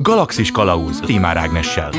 Galaxis Kalauz Tímár Ágnessel.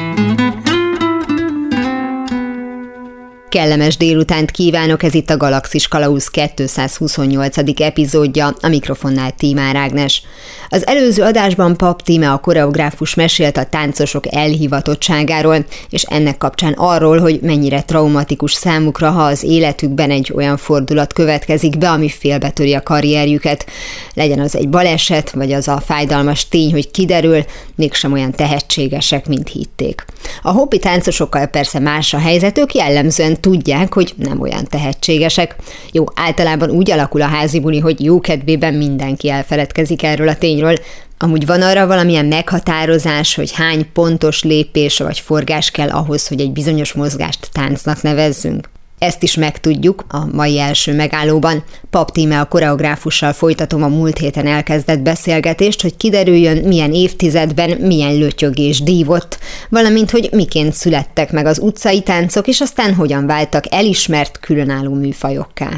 Kellemes délutánt kívánok, ez itt a Galaxis Kalauz 228. epizódja, a mikrofonnál Tímár Ágnes. Az előző adásban Pap Tíme, a koreográfus mesélt a táncosok elhivatottságáról, és ennek kapcsán arról, hogy mennyire traumatikus számukra, ha az életükben egy olyan fordulat következik be, ami félbetöri a karrierjüket. Legyen az egy baleset, vagy az a fájdalmas tény, hogy kiderül, mégsem olyan tehetségesek, mint hitték. A hobbi táncosokkal persze más a helyzet, ők jellemzően tudják, hogy nem olyan tehetségesek. Jó, általában úgy alakul a házi buli, hogy jókedvében mindenki elfeledkezik erről a tényről. Amúgy van arra valamilyen meghatározás, hogy hány pontos lépés vagy forgás kell ahhoz, hogy egy bizonyos mozgást táncnak nevezzünk? Ezt is megtudjuk a mai első megállóban. Pap Tíme, a koreográfussal folytatom a múlt héten elkezdett beszélgetést, hogy kiderüljön, milyen évtizedben milyen lötyögés dívott, valamint, hogy miként születtek meg az utcai táncok, és aztán hogyan váltak elismert különálló műfajokká.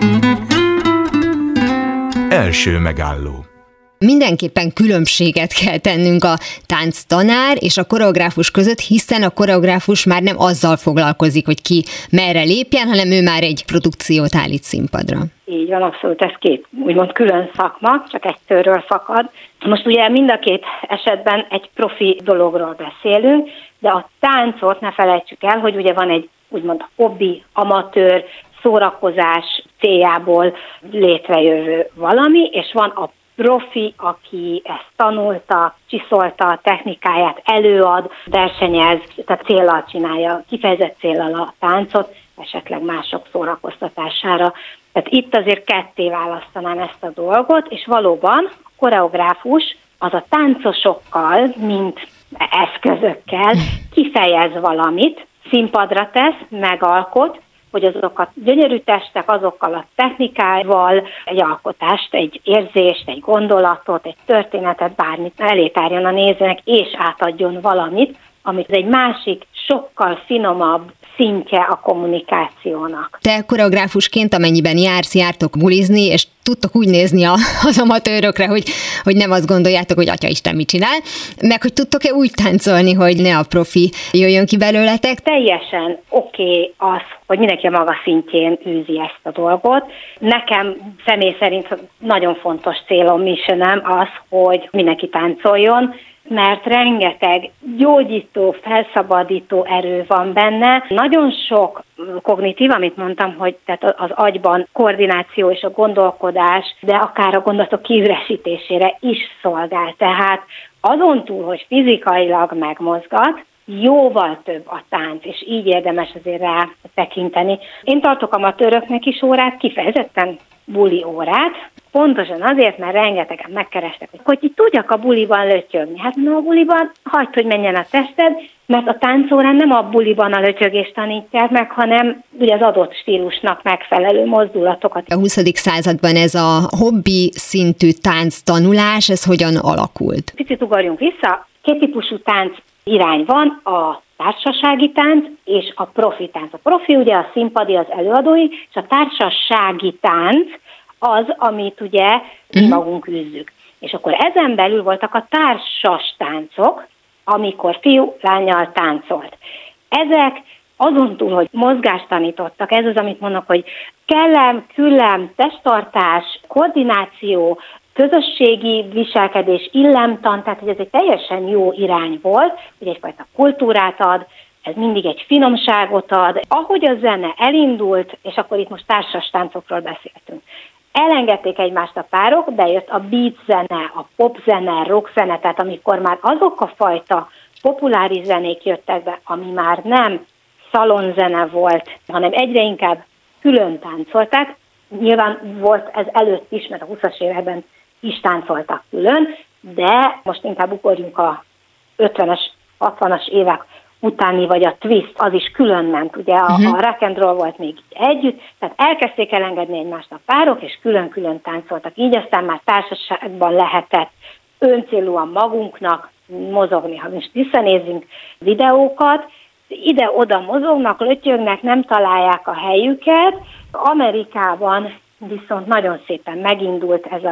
Első megálló. Mindenképpen különbséget kell tennünk a tánctanár és a koreográfus között, hiszen a koreográfus már nem azzal foglalkozik, hogy ki merre lépjen, hanem ő már egy produkciót állít színpadra. Így van, abszolút, ez két úgymond külön szakma, csak egy szőrről fakad. Most ugye mind a két esetben egy profi dologról beszélünk, de a táncot ne felejtsük el, hogy ugye van egy úgymond hobbi, amatőr, szórakozás céljából létrejövő valami, és van a profi, aki ezt tanulta, csiszolta a technikáját, előad, versenyez, tehát céllal csinálja, kifejezett céllal a táncot, esetleg mások szórakoztatására. Tehát itt azért ketté választanám ezt a dolgot, és valóban a koreográfus az a táncosokkal, mint eszközökkel kifejez valamit, színpadra tesz, megalkot, hogy azok a gyönyörű testek azokkal a technikával egy alkotást, egy érzést, egy gondolatot, egy történetet, bármit elétárjon a nézőnek, és átadjon valamit, amit egy másik, sokkal finomabb szintje a kommunikációnak. Te koreográfusként, amennyiben jártok bulizni, és tudtok úgy nézni az amatőrökre, hogy nem azt gondoljátok, hogy Atyaisten mit csinál, meg hogy tudtok-e úgy táncolni, hogy ne a profi jöjjön ki belőletek? Teljesen oké az, hogy mindenki a maga szintjén űzi ezt a dolgot. Nekem személy szerint nagyon fontos célom, missionem az, hogy mindenki táncoljon, mert rengeteg gyógyító, felszabadító erő van benne. Nagyon sok kognitív, amit mondtam, hogy tehát az agyban koordináció és a gondolkodás, de akár a gondolatok kiüresítésére is szolgál. Tehát azon túl, hogy fizikailag megmozgat, jóval több a tánc, és így érdemes azért rá tekinteni. Én tartok amatőröknek is órát, kifejezetten buli órát, pontosan azért, mert rengetegen megkerestek, hogy így tudjak a buliban lötyögni. Hát a buliban hagyd, hogy menjen a tested, mert a táncórán nem a buliban a lötyögést tanítják meg, hanem ugye az adott stílusnak megfelelő mozdulatokat. A 20. században ez a hobbi szintű tánctanulás, ez hogyan alakult? Picit ugorjunk vissza, két típusú tánc irány van, a társasági tánc és a profi tánc. A profi ugye a színpadi, az előadói, és a társasági tánc az, amit ugye mi magunk űzzük. És akkor ezen belül voltak a társas táncok, amikor fiú lánnyal táncolt. Ezek azon túl, hogy mozgást tanítottak, ez az, amit mondok, hogy kellem, küllem, testtartás, koordináció, közösségi viselkedés, illemtan, tehát hogy ez egy teljesen jó irány volt, hogy egyfajta kultúrát ad, ez mindig egy finomságot ad. Ahogy a zene elindult, és akkor itt most társas táncokról beszéltünk, elengedték egymást a párok, bejött a beat zene, a pop zene, rock zene, tehát amikor már azok a fajta populáris zenék jöttek be, ami már nem szalonzene volt, hanem egyre inkább külön táncolták. Nyilván volt ez előtt is, mert a 20-as években is táncoltak külön, de most inkább ugorjunk a 50-es, 60-as évek utáni, vagy a twist, az is külön ment, ugye a rock and roll volt még együtt, tehát elkezdték elengedni egymást a párok, és külön-külön táncoltak. Így aztán már társaságban lehetett öncélúan magunknak mozogni. Ha most visszanézzünk videókat, ide-oda mozognak, lötyögnek, nem találják a helyüket. Amerikában viszont nagyon szépen megindult ez a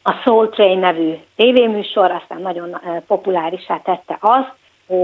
A Soul Train nevű tévéműsor aztán nagyon populárissá tette azt,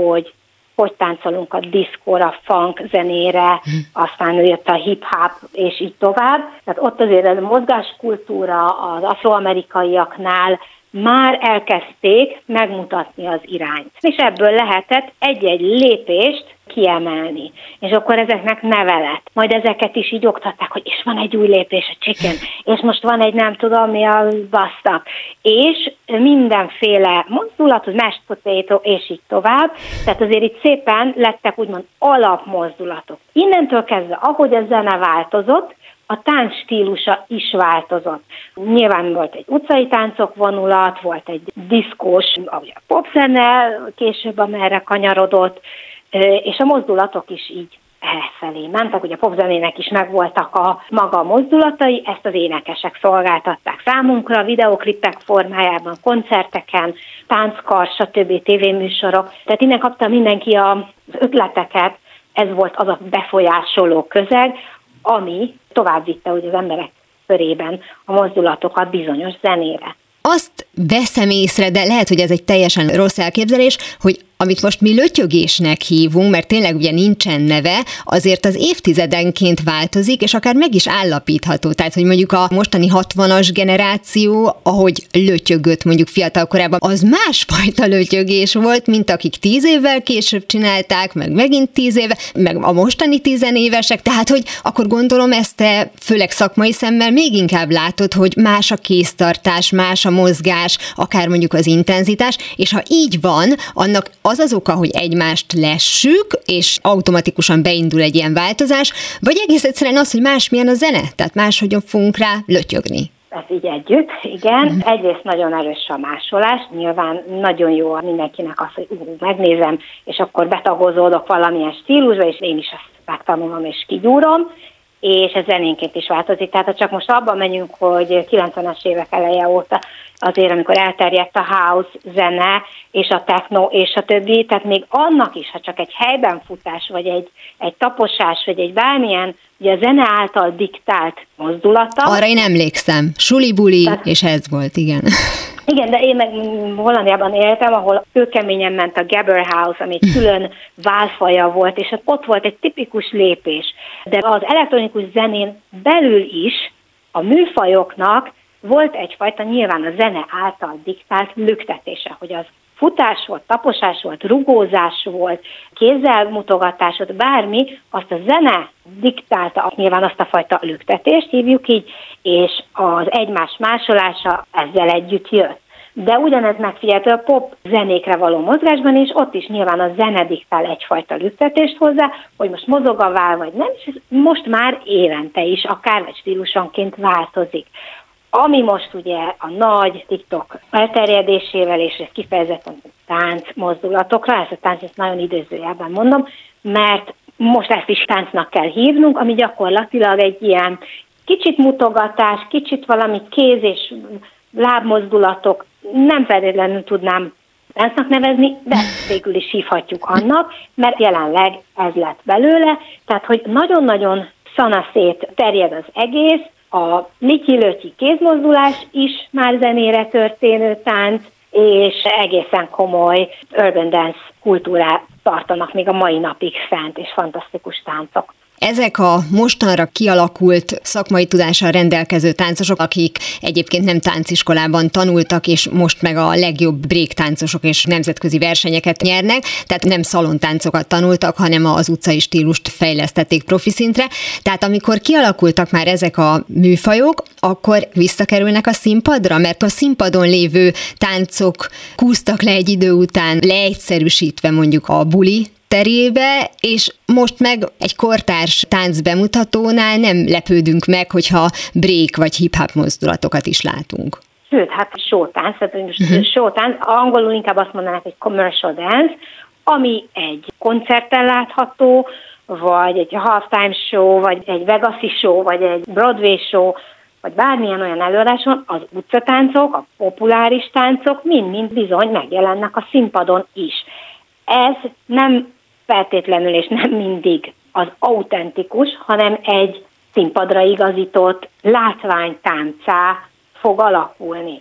hogy táncolunk a diszkóra, funk zenére, aztán jött a hip-hop, és így tovább. Tehát ott azért a mozgáskultúra az afroamerikaiaknál már elkezdték megmutatni az irányt. És ebből lehetett egy-egy lépést kiemelni. És akkor ezeknek neve lett. Majd ezeket is így oktatták, hogy és van egy új lépés, a chicken, és most van egy nem tudom mi a basztak. És mindenféle mozdulat, mashed potato, és így tovább. Tehát azért itt szépen lettek úgymond alapmozdulatok. Innentől kezdve, ahogy a zene változott, a tánc stílusa is változott. Nyilván volt egy utcai táncok vonulat, volt egy diszkós, a popzene később amerre kanyarodott, és a mozdulatok is így felé mentek. Ugye a popzenének is megvoltak a maga mozdulatai, ezt az énekesek szolgáltatták számunkra, videóklipek formájában, koncerteken, tánckar, stb. Tévéműsorok. Tehát innen kapta mindenki az ötleteket, ez volt az a befolyásoló közeg, ami tovább vitte ugye az emberek körében a mozdulatokat bizonyos zenére. Azt veszem észre, de lehet, hogy ez egy teljesen rossz elképzelés, hogy amit most mi lötyögésnek hívunk, mert tényleg ugye nincsen neve, azért az évtizedenként változik, és akár meg is állapítható. Tehát, hogy mondjuk a mostani 60-as generáció, ahogy lötyögött mondjuk fiatalkorában, az másfajta lötyögés volt, mint akik 10 évvel később csinálták, meg megint 10 éve, meg a mostani 10 évesek. Tehát, hogy akkor gondolom ezt te főleg szakmai szemmel még inkább látod, hogy más a kéztartás, más a mozgás, akár mondjuk az intenzitás, és ha így van, annak az oka, hogy egymást lessük, és automatikusan beindul egy ilyen változás, vagy egész egyszerűen az, hogy másmilyen a zene, tehát máshogyan fogunk rá lötyögni. Ez így együtt, igen. Egyrészt nagyon erős a másolás, nyilván nagyon jó mindenkinek az, hogy megnézem, és akkor betagozódok valamilyen stílusba, és én is ezt megtanulom és kigyúrom, és ez zenénként is változik. Tehát ha csak most abban megyünk, hogy 90-es évek eleje óta azért, amikor elterjedt a house zene, és a techno, és a többi, tehát még annak is, ha csak egy helyben futás, vagy egy taposás, vagy egy bármilyen, ugye a zene által diktált mozdulata. Arra én emlékszem, suli-buli, és ez volt, igen. Igen, de én meg Hollandiában éltem, ahol kőkeményen ment a Gabber House, ami egy külön válfaja volt, és ott volt egy tipikus lépés. De az elektronikus zenén belül is a műfajoknak volt egyfajta nyilván a zene által diktált lüktetése, hogy az futás volt, taposás volt, rugózás volt, kézzel mutogatás volt, bármi, azt a zene diktálta nyilván azt a fajta lüktetést, hívjuk így, és az egymás másolása ezzel együtt jött. De ugyanez megfigyelhető a pop zenékre való mozgásban is, ott is nyilván a zene diktál egyfajta lüktetést hozzá, hogy most mozog a váll vagy nem, és most már évente is, akár vagy stílusonként változik. Ami most ugye a nagy TikTok elterjedésével, és ez kifejezetten tánc mozdulatokra, ezt a tánc ezt nagyon idézőjelben mondom, mert most ezt is táncnak kell hívnunk, ami gyakorlatilag egy ilyen kicsit mutogatás, kicsit valami kéz és lábmozdulatok, nem feltétlenül tudnám táncnak nevezni, de végül is hívhatjuk annak, mert jelenleg ez lett belőle, tehát hogy nagyon-nagyon szanaszét terjed az egész, a lityi-lötyi kézmozdulás is már zenére történő tánc, és egészen komoly urban dance kultúrát tartanak még a mai napig fent, és fantasztikus táncok. Ezek a mostanra kialakult szakmai tudással rendelkező táncosok, akik egyébként nem tánciskolában tanultak, és most meg a legjobb breaktáncosok és nemzetközi versenyeket nyernek, tehát nem szalontáncokat tanultak, hanem az utcai stílust fejlesztették profi szintre. Tehát amikor kialakultak már ezek a műfajok, akkor visszakerülnek a színpadra, mert a színpadon lévő táncok kúztak le egy idő után, leegyszerűsítve mondjuk a buli terébe, és most meg egy kortárs táncbemutatónál nem lepődünk meg, hogyha break vagy hip-hop mozdulatokat is látunk. Sőt, hát showtánc, showtánc, angolul inkább azt mondanak, hogy commercial dance, ami egy koncerten látható, vagy egy halftime show, vagy egy Vegasi show, vagy egy Broadway show, vagy bármilyen olyan előadáson, az utcatáncok, a populáris táncok mind-mind bizony megjelennek a színpadon is. Ez nem feltétlenül és nem mindig az autentikus, hanem egy színpadra igazított látványtáncá fog alakulni.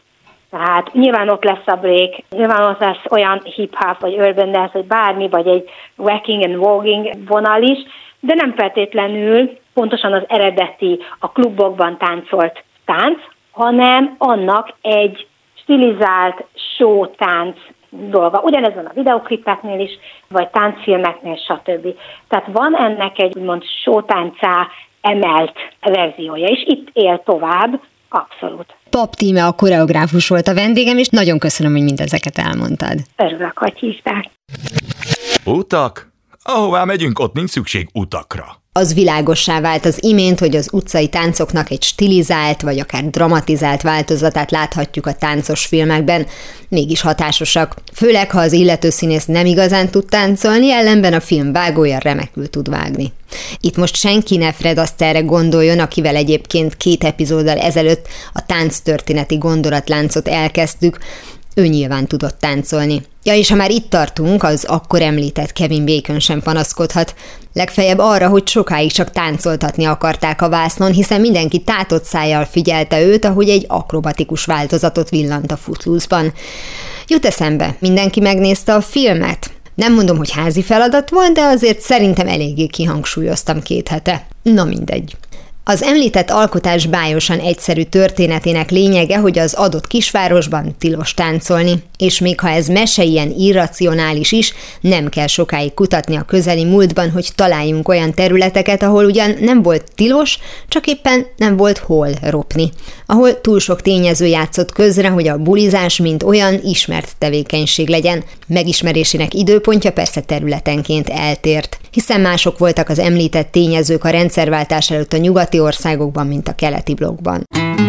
Tehát nyilván ott lesz a break, nyilván ott lesz olyan hip-hop, vagy urban dance, vagy bármi, vagy egy wacking and voguing vonal is, de nem feltétlenül pontosan az eredeti, a klubokban táncolt tánc, hanem annak egy stilizált show-tánc dolga. Ugyanez van a videoklipeknél is, vagy táncfilmeknél, stb. Tehát van ennek egy úgymond show-táncá emelt verziója, és itt él tovább, abszolút. Pap Tíme a koreográfus volt a vendégem, és nagyon köszönöm, hogy mindezeket elmondtad. Örülök, hogy hívták. Utak? Ahová megyünk, ott nincs szükség utakra. Az világossá vált az imént, hogy az utcai táncoknak egy stilizált, vagy akár dramatizált változatát láthatjuk a táncos filmekben, mégis hatásosak. Főleg, ha az illető színész nem igazán tud táncolni, ellenben a film vágója remekül tud vágni. Itt most senki ne Fred Astairesre gondoljon, akivel egyébként 2 epizóddal ezelőtt a tánctörténeti gondolatláncot elkezdtük. Ő nyilván tudott táncolni. Ja, és ha már itt tartunk, az akkor említett Kevin Bacon sem panaszkodhat. Legfeljebb arra, hogy sokáig csak táncoltatni akarták a vásznon, hiszen mindenki tátott szájjal figyelte őt, ahogy egy akrobatikus változatot villant a Footloose-ban. Jut eszembe, mindenki megnézte a filmet? Nem mondom, hogy házi feladat volt, de azért szerintem eléggé kihangsúlyoztam 2 hete. Na mindegy. Az említett alkotás bályosan egyszerű történetének lényege, hogy az adott kisvárosban tilos táncolni, és még ha ez mese ilyen irracionális is, nem kell sokáig kutatni a közeli múltban, hogy találjunk olyan területeket, ahol ugyan nem volt tilos, csak éppen nem volt hol ropni. Ahol túl sok tényező játszott közre, hogy a bulizás mint olyan ismert tevékenység legyen. Megismerésének időpontja persze területenként eltért, hiszen mások voltak az említett tényezők a rendszerváltás előtt a nyugati országokban, mint a keleti blokkban.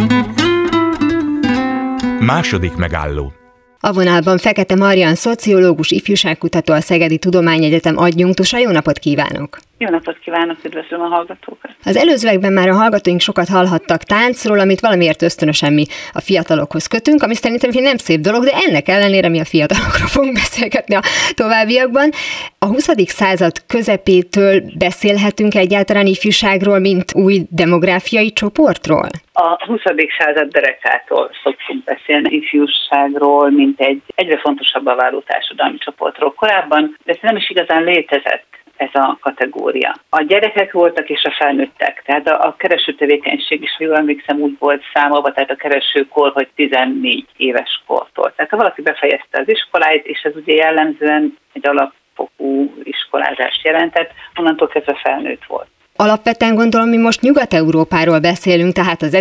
Második megálló. A vonalban Fekete Marian, szociológus, ifjúságkutató, a Szegedi Tudományegyetem adjunktusa. Jó napot kívánok! Jó napot kívánok, üdvözlöm a hallgatókat! Az előzőekben már a hallgatóink sokat hallhattak táncról, amit valamiért ösztönösen mi a fiatalokhoz kötünk, ami szerintem nem szép dolog, de ennek ellenére mi a fiatalokról fogunk beszélgetni a továbbiakban. A 20. század közepétől beszélhetünk egyáltalán ifjúságról, mint új demográfiai csoportról? A 20. század derekától szoktunk beszélni ifjúságról, mint egy egyre fontosabbá váló társadalmi csoportról. Korábban ez nem is igazán létezett, ez a kategória. A gyerekek voltak és a felnőttek, tehát a kereső tevékenység is, ha jól emlékszem, úgy volt számolva, tehát a keresőkor, hogy 14 éves kortól. Tehát ha valaki befejezte az iskoláit, és ez ugye jellemzően egy alapfokú iskolázást jelentett, onnantól kezdve felnőtt volt. Alapvetően gondolom, mi most Nyugat-Európáról beszélünk, tehát az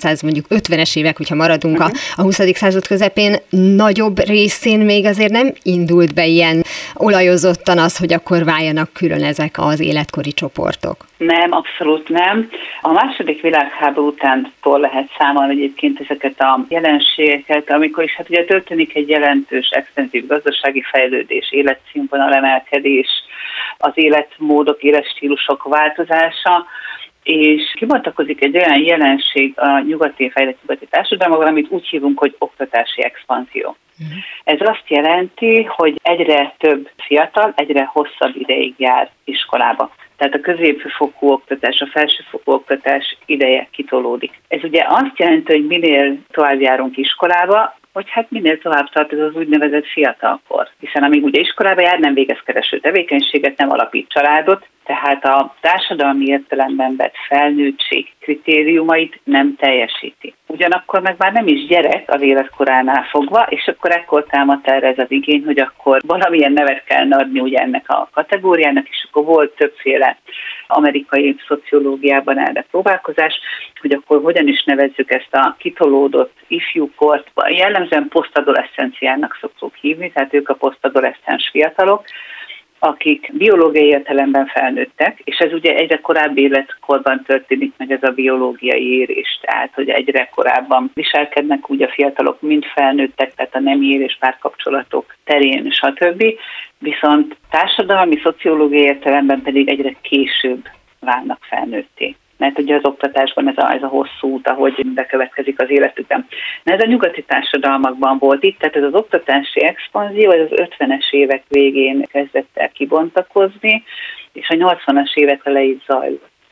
1950-es évek, hogyha maradunk a 20. század közepén, nagyobb részén még azért nem indult be ilyen olajozottan az, hogy akkor váljanak külön ezek az életkori csoportok. Nem, abszolút nem. A második világháború utántól lehet számolni egyébként ezeket a jelenségeket, amikor is hát ugye történik egy jelentős, extenzív gazdasági fejlődés, életszínvonal emelkedés, az életmódok, életstílusok változása, és kibontakozik egy olyan jelenség a fejlett nyugati társadalmakban, amit úgy hívunk, hogy oktatási expanzió. Ez azt jelenti, hogy egyre több fiatal, egyre hosszabb ideig jár iskolába. Tehát a középfokú oktatás, a felsőfokú oktatás ideje kitolódik. Ez ugye azt jelenti, hogy minél tovább járunk iskolába, hogy hát minél tovább tart ez az úgynevezett fiatalkor. Hiszen amíg ugye iskolába jár, nem végez kereső tevékenységet, nem alapít családot, tehát a társadalmi értelemben vett felnőttség kritériumait nem teljesíti. Ugyanakkor meg már nem is gyerek az életkoránál fogva, és akkor ekkor támadt erre ez az igény, hogy akkor valamilyen nevet kell adni ugye ennek a kategóriának, és akkor volt többféle amerikai szociológiában erre próbálkozás, hogy akkor hogyan is nevezzük ezt a kitolódott ifjúkort, jellemzően posztadolescenciának szoktuk hívni, tehát ők a posztadoleszcens fiatalok, akik biológiai értelemben felnőttek, és ez ugye egyre korábbi életkorban történik meg ez a biológiai érés, tehát hogy egyre korábban viselkednek úgy a fiatalok, mint felnőttek, tehát a nemi érés, párkapcsolatok terén, stb. Viszont társadalmi, szociológiai értelemben pedig egyre később válnak felnőtté. Mert ugye az oktatásban ez a hosszú út, ahogy bekövetkezik az életükben. Ez a nyugati társadalmakban volt itt, tehát ez az oktatási expanzió, ez az 50-es évek végén kezdett el kibontakozni, és a 80-as évek elején zajlott.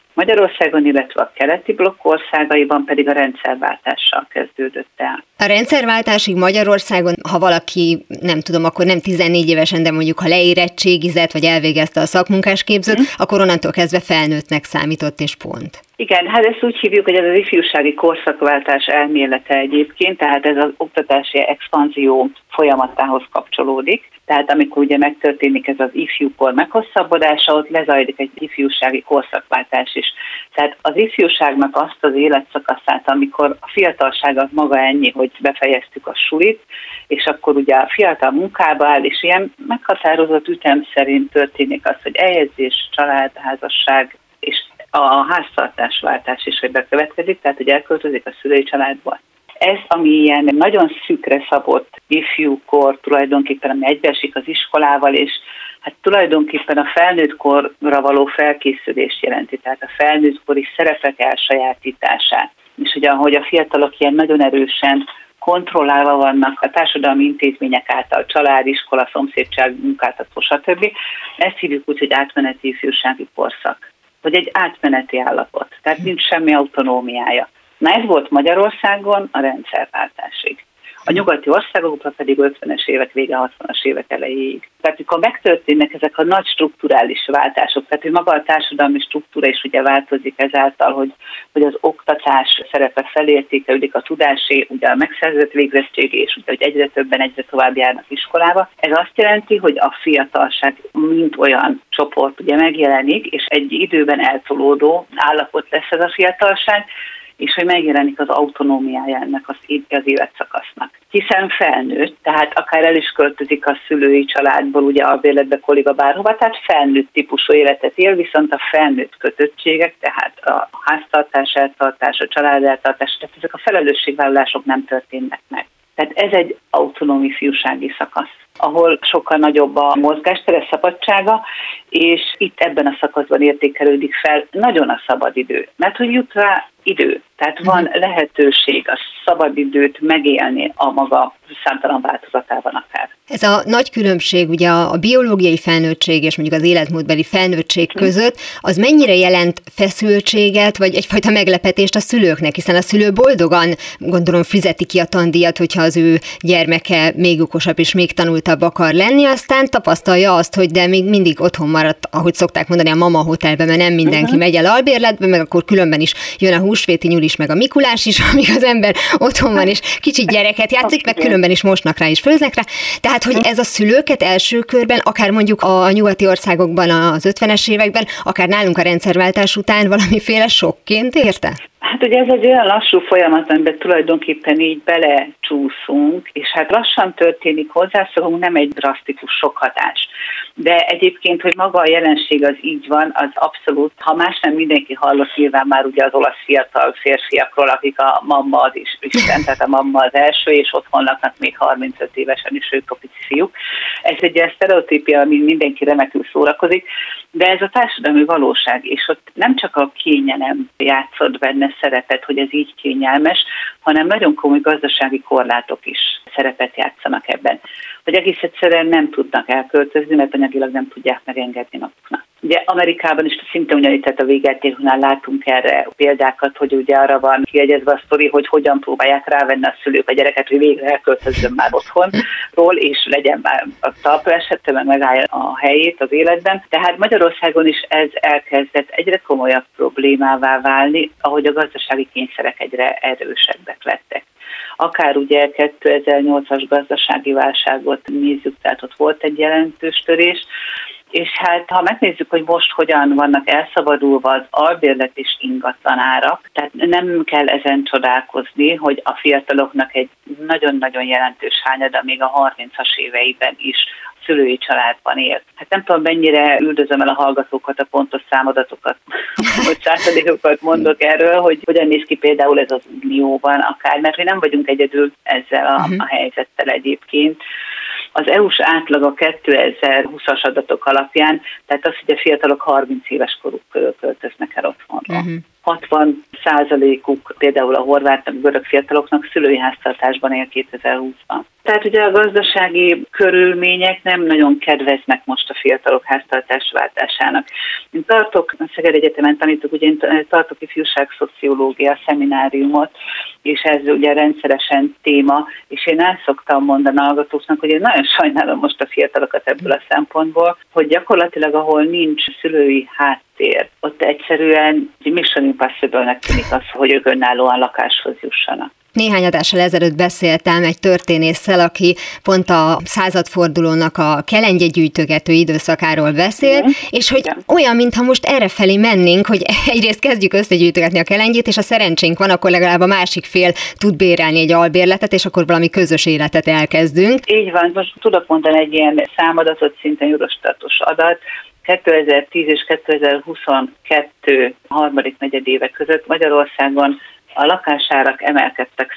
Magyarországon, illetve a keleti blokk országaiban pedig a rendszerváltással kezdődött el. A rendszerváltásig Magyarországon, ha valaki, nem tudom, akkor nem 14 évesen, de mondjuk ha leérettségizett, vagy elvégezte a szakmunkásképzőt, akkor onnantól kezdve felnőttnek számított, és pont. Igen, hát ezt úgy hívjuk, hogy ez az ifjúsági korszakváltás elmélete egyébként, tehát ez az oktatási expanzió folyamatához kapcsolódik. Tehát amikor ugye megtörténik ez az ifjúkor meghosszabbodása, ott lezajlik egy ifjúsági korszakváltás is. Tehát az ifjúságnak azt az életszakaszát, amikor a fiatalság az maga ennyi, hogy befejeztük a sulit, és akkor ugye a fiatal munkába áll, és ilyen meghatározott ütem szerint történik az, hogy eljegyzés, családházasság, és a háztartásváltás is, hogy bekövetkezik, tehát hogy elköltözik a szülői családból. Ez, ami ilyen nagyon szűkre szabott ifjúkor tulajdonképpen, ami egybeesik az iskolával, és hát tulajdonképpen a felnőttkorra való felkészülést jelenti, tehát a felnőttkori szerepek elsajátítását. És ugye ahogy a fiatalok ilyen nagyon erősen kontrollálva vannak a társadalmi intézmények által, család, iskola, szomszédság, munkáltató, stb. Ezt hívjuk úgy, hogy átmeneti ifjúsági korszak, vagy egy átmeneti állapot, tehát nincs semmi autonómiája. Na ez volt Magyarországon a rendszerváltásig. A nyugati országokban pedig 50-es évek vége, 60-as évek elejéig. Tehát amikor megtörténnek ezek a nagy strukturális váltások, tehát hogy maga a társadalmi struktúra is ugye változik ezáltal, hogy az oktatás szerepe felértékelődik, a tudásé, ugye a megszerzett végzettség, és ugye, hogy egyre többen egyre tovább járnak iskolába. Ez azt jelenti, hogy a fiatalság mint olyan csoport ugye megjelenik, és egy időben eltolódó állapot lesz ez a fiatalság, és hogy megjelenik az autonómiája ennek az életszakasznak. Hiszen felnőtt, tehát akár el is költözik a szülői családból, ugye albérletbe, kolléga, bárhova, tehát felnőtt típusú életet él, viszont a felnőtt kötöttségek, tehát a háztartás eltartás, a család eltartás, tehát ezek a felelősségvállalások nem történnek meg. Tehát ez egy autonóm ifjúsági szakasz, ahol sokkal nagyobb a mozgástere, szabadsága, és itt ebben a szakaszban értékelődik fel nagyon a szabadidő, mert hogy jut rá idő, tehát van lehetőség a szabadidőt megélni a maga számtalan változatában akár. Ez a nagy különbség ugye a biológiai felnőttség és mondjuk az életmódbeli felnőttség között, az mennyire jelent feszültséget, vagy egyfajta meglepetést a szülőknek, hiszen a szülő boldogan, gondolom, fizeti ki a tandíjat, hogyha az ő gyermeke még okosabb és még tanultabb akar lenni, aztán tapasztalja azt, hogy de még mindig otthon maradt, ahogy szokták mondani, a mama hotelbe, mert nem mindenki megy el albérletbe, meg akkor különben is jön a húsvéti nyulis, meg a Mikulás is, amíg az ember otthon van és kicsit gyereket játszik, meg különben is mosnak rá és főznek rá. Tehát, hogy ez a szülőket első körben, akár mondjuk a nyugati országokban az 50-es években, akár nálunk a rendszerváltás után valamiféle sokként érte? Hát ugye ez egy olyan lassú folyamat, amiben tulajdonképpen így belecsúszunk, és hát lassan történik, hozzászokunk, nem egy drasztikus sokhatás. De egyébként, hogy maga a jelenség az így van, az abszolút, ha más nem mindenki hallott nyilván már ugye az olasz fiatal férfiakról, akik a mamma az is Isten, tehát a mamma az első, és otthon laknak még 35 évesen is ők a pici fiúk. Ez egy ilyen sztereotípia, amin mindenki remekül szórakozik, de ez a társadalmi valóság, és ott nem csak a kényelem játszott benne szerepet, hogy ez így kényelmes, hanem nagyon komoly gazdasági korlátok is szerepet játszanak ebben. Hogy egész egyszerűen nem tudnak elköltözni, mert anyagilag nem tudják megengedni maguknak. Ugye Amerikában is szinte ugyanígy, tehát a végjátéknál látunk erre példákat, hogy ugye arra van kiegyezve a sztori, hogy hogyan próbálják rávenni a szülők a gyereket, hogy végre elköltözzön már otthonról, és legyen már a talpra esette, meg megállja a helyét az életben. Tehát Magyarországon is ez elkezdett egyre komolyabb problémává válni, ahogy a gazdasági kényszerek egyre erősebbek lettek. Akár ugye 2008-as gazdasági válságot nézzük, tehát ott volt egy jelentős törés, és hát ha megnézzük, hogy most hogyan vannak elszabadulva az albérlet és ingatlanárak, tehát nem kell ezen csodálkozni, hogy a fiataloknak egy nagyon-nagyon jelentős hányada még a 30-as éveiben is szülői családban élt. Hát nem tudom, mennyire üldözöm el a hallgatókat, a pontos számadatokat, hogy százalékokat mondok erről, hogy hogyan néz ki például ez az Unióban akár, mert mi nem vagyunk egyedül ezzel a helyzettel egyébként. Az EU-s átlag a 2020-as adatok alapján, tehát az, hogy a fiatalok 30 éves koruk körül költöznek el otthonról. 60%-uk például a horvát, görög fiataloknak szülői háztartásban él 2020-ban. Tehát ugye a gazdasági körülmények nem nagyon kedveznek most a fiatalok háztartásváltásának. Én tartok, a Szeged Egyetemen tanítok, ugye én tartok ifjúságszociológia szemináriumot, és ez ugye rendszeresen téma, és én el szoktam mondani a hallgatóknak, hogy én nagyon sajnálom most a fiatalokat ebből a szempontból, hogy gyakorlatilag ahol nincs szülői háttér, ott egyszerűen mission impossible-nek tűnik az, hogy ők önállóan lakáshoz jussanak. Néhány adással ezelőtt beszéltem egy történésszel, aki pont a századfordulónak a kelengyegyűjtögető időszakáról beszél, és hogy olyan, mintha most errefelé mennénk, hogy egyrészt kezdjük összegyűjtögetni a kelengyét, és a szerencsénk van, akkor legalább a másik fél tud bérelni egy albérletet, és akkor valami közös életet elkezdünk. Így van, most tudok mondani egy ilyen számadatot, szintén Eurostatos adat. 2010 és 2022 harmadik negyedéve között Magyarországon a lakásárak emelkedtek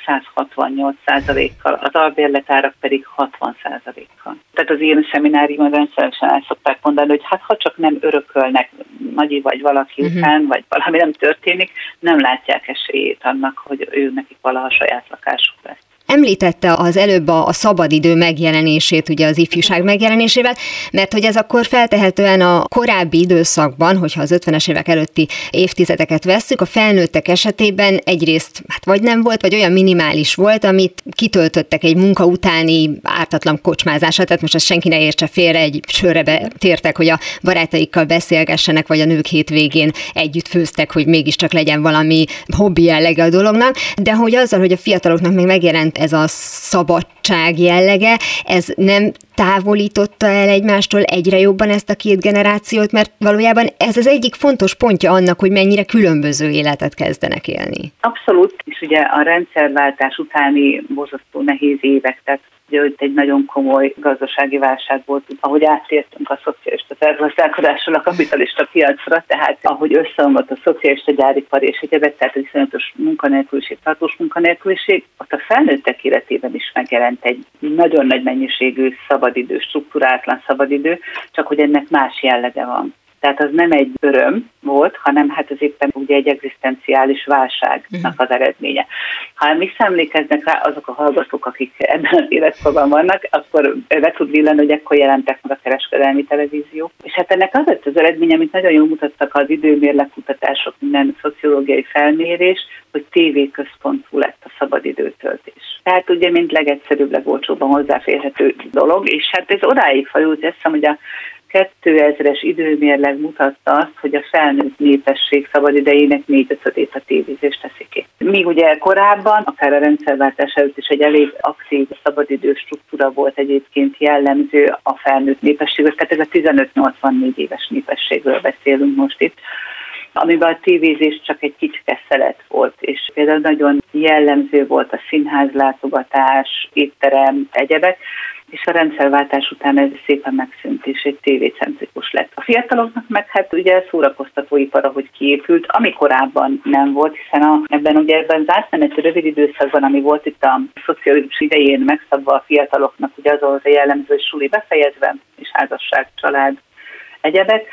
168%-kal, az albérletárak pedig 60%-kal. Tehát az én szemináriumon rendszeresen el szokták mondani, hogy hát ha csak nem örökölnek Nagyi vagy valaki után, vagy valami nem történik, nem látják esélyét annak, hogy ő nekik valaha saját lakásuk lesz. Említette az előbb a szabadidő megjelenését, ugye az ifjúság megjelenésével, mert hogy ez akkor feltehetően a korábbi időszakban, hogyha az 50-es évek előtti évtizedeket vesszük, a felnőttek esetében egyrészt vagy nem volt, vagy olyan minimális volt, amit kitöltöttek egy munka utáni ártatlan kocsmázásra, tehát most ezt senki ne értse félre, egy sörre betértek, hogy a barátaikkal beszélgessenek, vagy a nők hétvégén együtt főztek, hogy mégiscsak legyen valami hobbi jellege a dolognak, de hogy azzal, hogy a fiataloknak még megjelent ez a szabadság jellege, ez nem távolította el egymástól egyre jobban ezt a két generációt, mert valójában ez az egyik fontos pontja annak, hogy mennyire különböző életet kezdenek élni. Abszolút, és ugye a rendszerváltás utáni borzasztó nehéz évek, tehát ugye egy nagyon komoly gazdasági válság volt, ahogy áttértünk a szocialista felgazdálkodásról a kapitalista piacra, tehát ahogy összeomlott a szocialista gyáripar és egyebek, tehát a viszonyatos munkanélküliség, tartós munkanélküliség, ott a felnőttek életében is megjelent egy nagyon nagy mennyiségű szabadidő, struktúráltlan szabadidő, csak hogy ennek más jellege van. Tehát az nem egy öröm volt, hanem hát ez éppen ugye egy egzisztenciális válságnak az eredménye. Ha visszaemlékeznek rá azok a hallgatók, akik ebben az életkorban vannak, akkor le tud villani, hogy ekkor jelentek meg a kereskedelmi televízió. És hát ennek az lett az eredménye, amit nagyon jól mutattak az időmérlegkutatások, minden szociológiai felmérés, hogy tévéközpontú lett a szabadidőtöltés. Tehát ugye mint legegyszerűbb, legolcsóbban hozzáférhető dolog, és hát ez odáig fajult, azt hiszem, hogy a 2000-es időmérleg mutatta azt, hogy a felnőtt népesség szabadidejének 4/5 a tévézés teszi ki. Míg ugye korábban, akár a rendszerváltás előtt is egy elég aktív szabadidő struktúra volt egyébként jellemző a felnőtt népességről, tehát ez a 15-84 éves népességről beszélünk most itt, amiben a tévézés csak egy kicske szelet volt, és például nagyon jellemző volt a színházlátogatás, étterem, egyebek, és a rendszerváltás után ez szépen megszűnt, és egy tévécentrikus lett. A fiataloknak meg hát ugye szórakoztatóipar, ahogy kiépült, ami korábban nem volt, hiszen ebben az átmeneti rövid időszakban, ami volt itt a szociális idején megszabva a fiataloknak, ugye az volt a jellemző, hogy suli befejezve, és házasság, család, egyebek,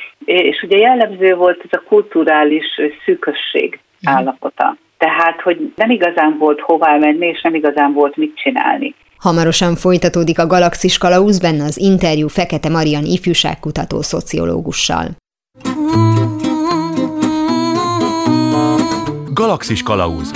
és ugye jellemző volt ez a kulturális szűkösség állapota. Tehát, hogy nem igazán volt hová menni, és nem igazán volt mit csinálni. Hamarosan folytatódik a Galaxis Kalauz, benne az interjú Fekete Marian ifjúságkutató szociológussal. Galaxis Kalauz.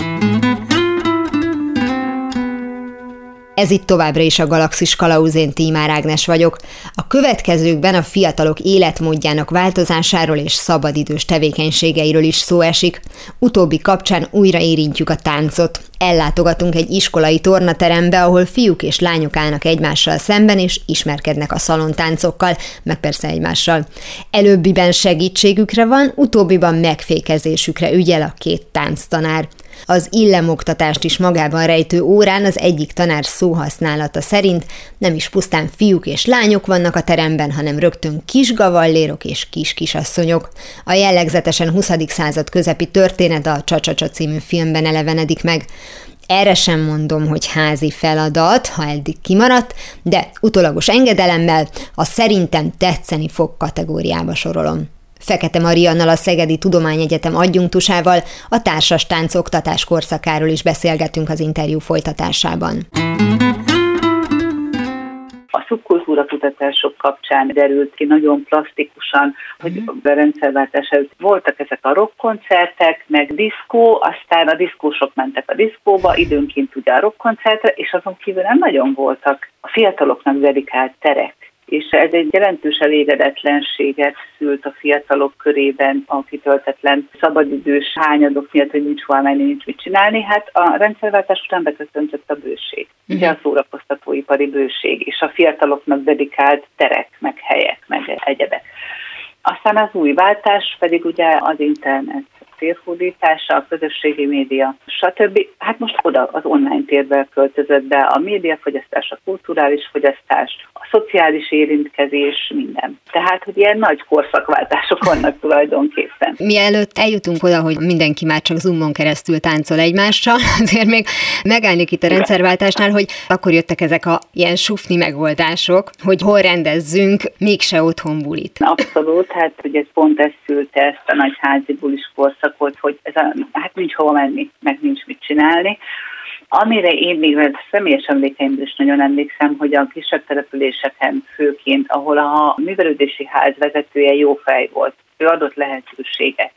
Ez itt továbbra is a Galaxis Kalauz, én Tímár Ágnes vagyok. A következőkben a fiatalok életmódjának változásáról és szabadidős tevékenységeiről is szó esik. Utóbbi kapcsán újra érintjük a táncot. Ellátogatunk egy iskolai tornaterembe, ahol fiúk és lányok állnak egymással szemben, és ismerkednek a szalontáncokkal, meg persze egymással. Előbbiben segítségükre van, utóbbiban megfékezésükre ügyel a két tánctanár. Az illemoktatást is magában rejtő órán az egyik tanár szóhasználata szerint nem is pusztán fiúk és lányok vannak a teremben, hanem rögtön kisgavallérok és kisasszonyok. A jellegzetesen 20. század közepi történet a Csa-Csa-Csa című filmben elevenedik meg. Erre sem mondom, hogy házi feladat, ha eddig kimaradt, de utólagos engedelemmel a szerintem tetszeni fog kategóriába sorolom. Fekete Mariannal, a Szegedi Tudományegyetem adjunktusával a társas tánc oktatás korszakáról is beszélgettünk az interjú folytatásában. A szubkultúrakutatások kapcsán derült ki nagyon plastikusan, hogy a rendszerváltás előtt voltak ezek a rockkoncertek, meg diszkó, aztán a diszkósok mentek a diszkóba, időnként ugye a rockkoncertre, és azon kívül nem nagyon voltak a fiataloknak dedikált terek. És ez egy jelentős elégedetlenséget szült a fiatalok körében, a kitöltetlen szabadidős hányadok miatt, hogy nincs hol menni, nincs mit csinálni. Hát a rendszerváltás után beköszöntött a bőség, ugye a szórakoztatóipari bőség, és a fiataloknak dedikált terek, meg helyek, meg egyebek. Aztán az új váltás pedig ugye az internet térhódítása, a közösségi média, stb. Hát most oda az online térbe költözött be a médiafogyasztás, a kulturális fogyasztás, a szociális érintkezés, minden. Tehát, hogy ilyen nagy korszakváltások vannak tulajdonképpen. Mielőtt eljutunk oda, hogy mindenki már csak Zoomon keresztül táncol egymással, azért még megállnék itt a rendszerváltásnál, hogy akkor jöttek ezek a ilyen sufni megoldások, hogy hol rendezzünk mégse otthon bulit. Abszolút, hát ugye pont ez szülte ezt a nagy házi bulis korszakot, hogy hát nincs hova menni, meg nincs mit csinálni. Amire én még személyes emlékeimből is nagyon emlékszem, hogy a kisebb településeken főként, ahol a művelődési ház vezetője jó fej volt, ő adott lehetőséget.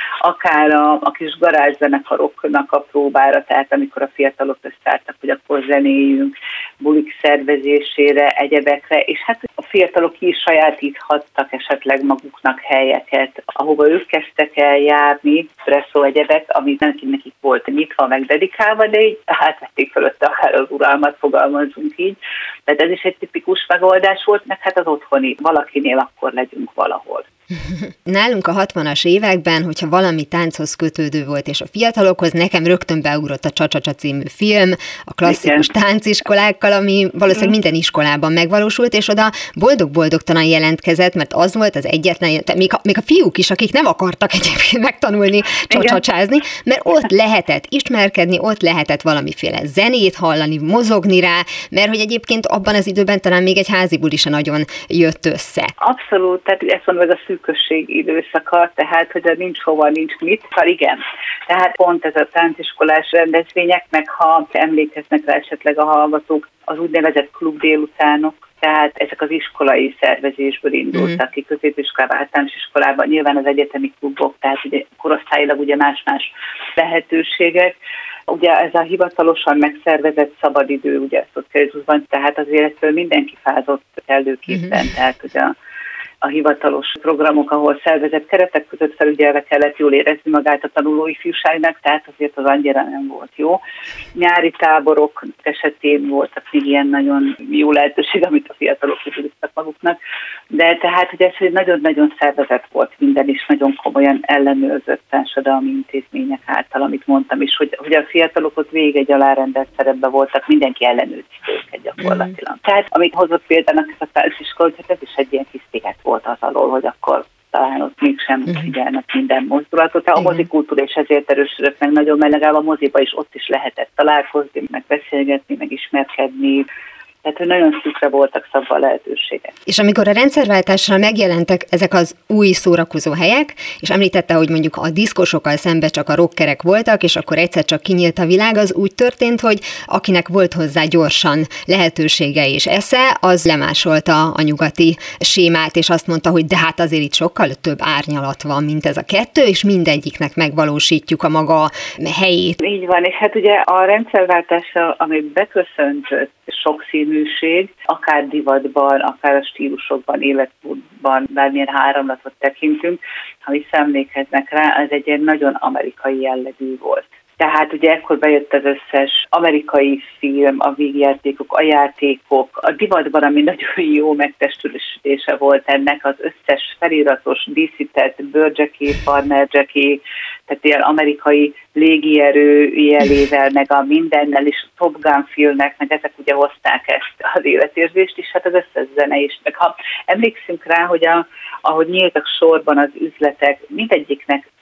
Akár a kis garázszenekaroknak a próbára, tehát amikor a fiatalok összeálltak, hogy akkor zenéljünk, bulik szervezésére, egyebekre, és hát a fiatalok ki is sajátíthattak esetleg maguknak helyeket, ahova ők kezdtek el járni, presszó egyebek, ami nekik volt nyitva, meg dedikálva, de így átvették fölötte akár az uralmat, fogalmazunk így. Tehát ez is egy tipikus megoldás volt, meg hát az otthoni valakinél akkor legyünk valahol. Nálunk a 60-as években, hogyha valami tánchoz kötődő volt, és a fiatalokhoz, nekem rögtön beugrott a Csa-Csa-Csa című film, a klasszikus tánciskolákkal, ami valószínűleg minden iskolában megvalósult, és oda boldog-boldogtalan jelentkezett, mert az volt az egyetlen, még a fiúk is, akik nem akartak egyébként megtanulni csa-csa-csázni, mert ott lehetett ismerkedni, ott lehetett valamiféle zenét hallani, mozogni rá, mert hogy egyébként abban az időben talán még egy házi buli se nagyon jött össze. Abszolút, tehát ezt mondom, ez a szűkösség időszaka, tehát, hogy nincs hova, nincs mit, szóval igen. Tehát pont ez a tánciskolás rendezvények, meg ha emlékeznek rá esetleg a hallgatók, az úgynevezett klub délutánok, tehát ezek az iskolai szervezésből indultak ki, középiskolában, általános iskolában, nyilván az egyetemi klubok, tehát ugye korosztályilag ugye más-más lehetőségek. Ugye ez a hivatalosan megszervezett szabadidő, ugye a szocializmusban, tehát azért mindenki fázott előképpen, tehát ugye a hivatalos programok, ahol szervezett keretek között felügyelve kellett jól érezni magát a tanuló ifjúságnak, tehát azért az annyira nem volt jó. Nyári táborok esetén voltak még ilyen nagyon jó lehetőség, amit a fiatalok kidolgoztak maguknak, de tehát ugye ez nagyon-nagyon szervezett volt minden is, nagyon komolyan ellenőrzött társadalmi intézmények által, amit mondtam is, hogy a fiatalok ott végig egy alárendelt szerepben voltak, mindenki ellenőrizte őket gyakorlatilag. Tehát amit hozott példának ez a társiskola, hogy ez is egy ilyen kis sziget volt az alól, hogy akkor talán ott mégsem figyelnek minden mozdulatot. A mozikultúra és ezért erősödött meg nagyon, mert legalább a moziba is ott is lehetett találkozni, meg beszélgetni, meg ismerkedni. Tehát, hogy nagyon szűkre voltak szabva a lehetőségek. És amikor a rendszerváltással megjelentek ezek az új szórakozó helyek, és említette, hogy mondjuk a diszkosokkal szembe csak a rockerek voltak, és akkor egyszer csak kinyílt a világ, az úgy történt, hogy akinek volt hozzá gyorsan lehetősége és esze, az lemásolta a nyugati sémát, és azt mondta, hogy de hát azért itt sokkal több árnyalat van, mint ez a kettő, és mindegyiknek megvalósítjuk a maga helyét. Így van, és hát ugye a rendszerváltással, ami beköszöntött sokszínűség, akár divatban, akár a stílusokban, életmódban, bármilyen áramlatot tekintünk, ha visszaemlékeznek rá, ez egy ilyen nagyon amerikai jellegű volt. Tehát ugye ekkor bejött az összes amerikai film, a vígjátékok, a játékok, a divatban, ami nagyon jó megtestülésítése volt ennek, az összes feliratos, díszített Burr-Jackie, Farmer-Jackie, tehát ilyen amerikai légierő jelével, meg a mindennel is, a Top Gun filmek, meg ezek ugye hozták ezt az életérzést is, hát az összes zene is. Meg ha emlékszünk rá, hogy ahogy nyíltak sorban az üzletek, mindegyiknek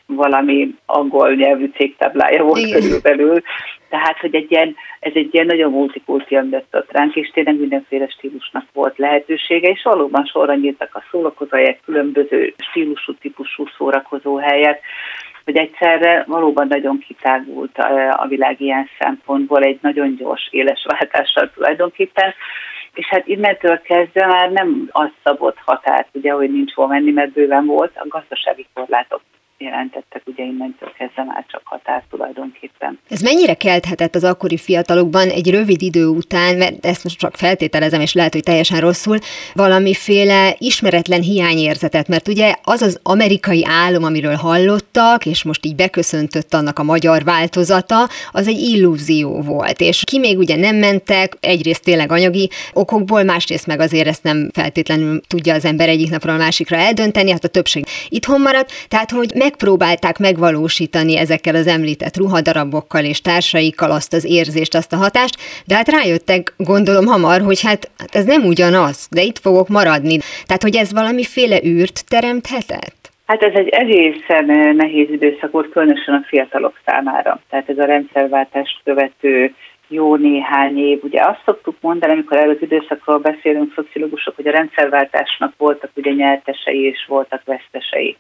valami angol nyelvű cégtáblája volt körülbelül. Tehát, hogy ez egy ilyen nagyon multikulti említett ránk, és tényleg mindenféle stílusnak volt lehetősége, és valóban sorra nyíltak a szórakozóhelyek, különböző stílusú, típusú szórakozóhelyek, hogy egyszerre valóban nagyon kitágult a világ ilyen szempontból egy nagyon gyors, éles váltással tulajdonképpen, és hát innentől kezdve már nem az szabott határt, ugye, hogy nincs hol menni, mert bőven volt, a gazdasági korlátok jelentettek, ugye innentől kezdve már csak határ tulajdonképpen. Ez mennyire kelthetett az akkori fiatalokban egy rövid idő után, mert ezt most csak feltételezem, és lehet, hogy teljesen rosszul, valamiféle ismeretlen hiányérzetet, mert ugye az az amerikai álom, amiről hallottak, és most így beköszöntött annak a magyar változata, az egy illúzió volt, és ki még ugye nem mentek, egyrészt tényleg anyagi okokból, másrészt meg azért ezt nem feltétlenül tudja az ember egyik napról a másikra eldönteni, hát a többség itthon maradt, tehát hogy megpróbálták megvalósítani ezekkel az említett ruhadarabokkal és társaikkal azt az érzést, azt a hatást, de hát rájöttek, gondolom hamar, hogy hát ez nem ugyanaz, de itt fogok maradni. Tehát, hogy ez valamiféle űrt teremthetett? Hát ez egy egészen nehéz időszak volt, különösen a fiatalok számára. Tehát ez a rendszerváltást követő jó néhány év. Ugye azt szoktuk mondani, amikor erről az időszakról beszélünk szociológusok, hogy a rendszerváltásnak voltak ugye nyertesei és voltak vesztesei.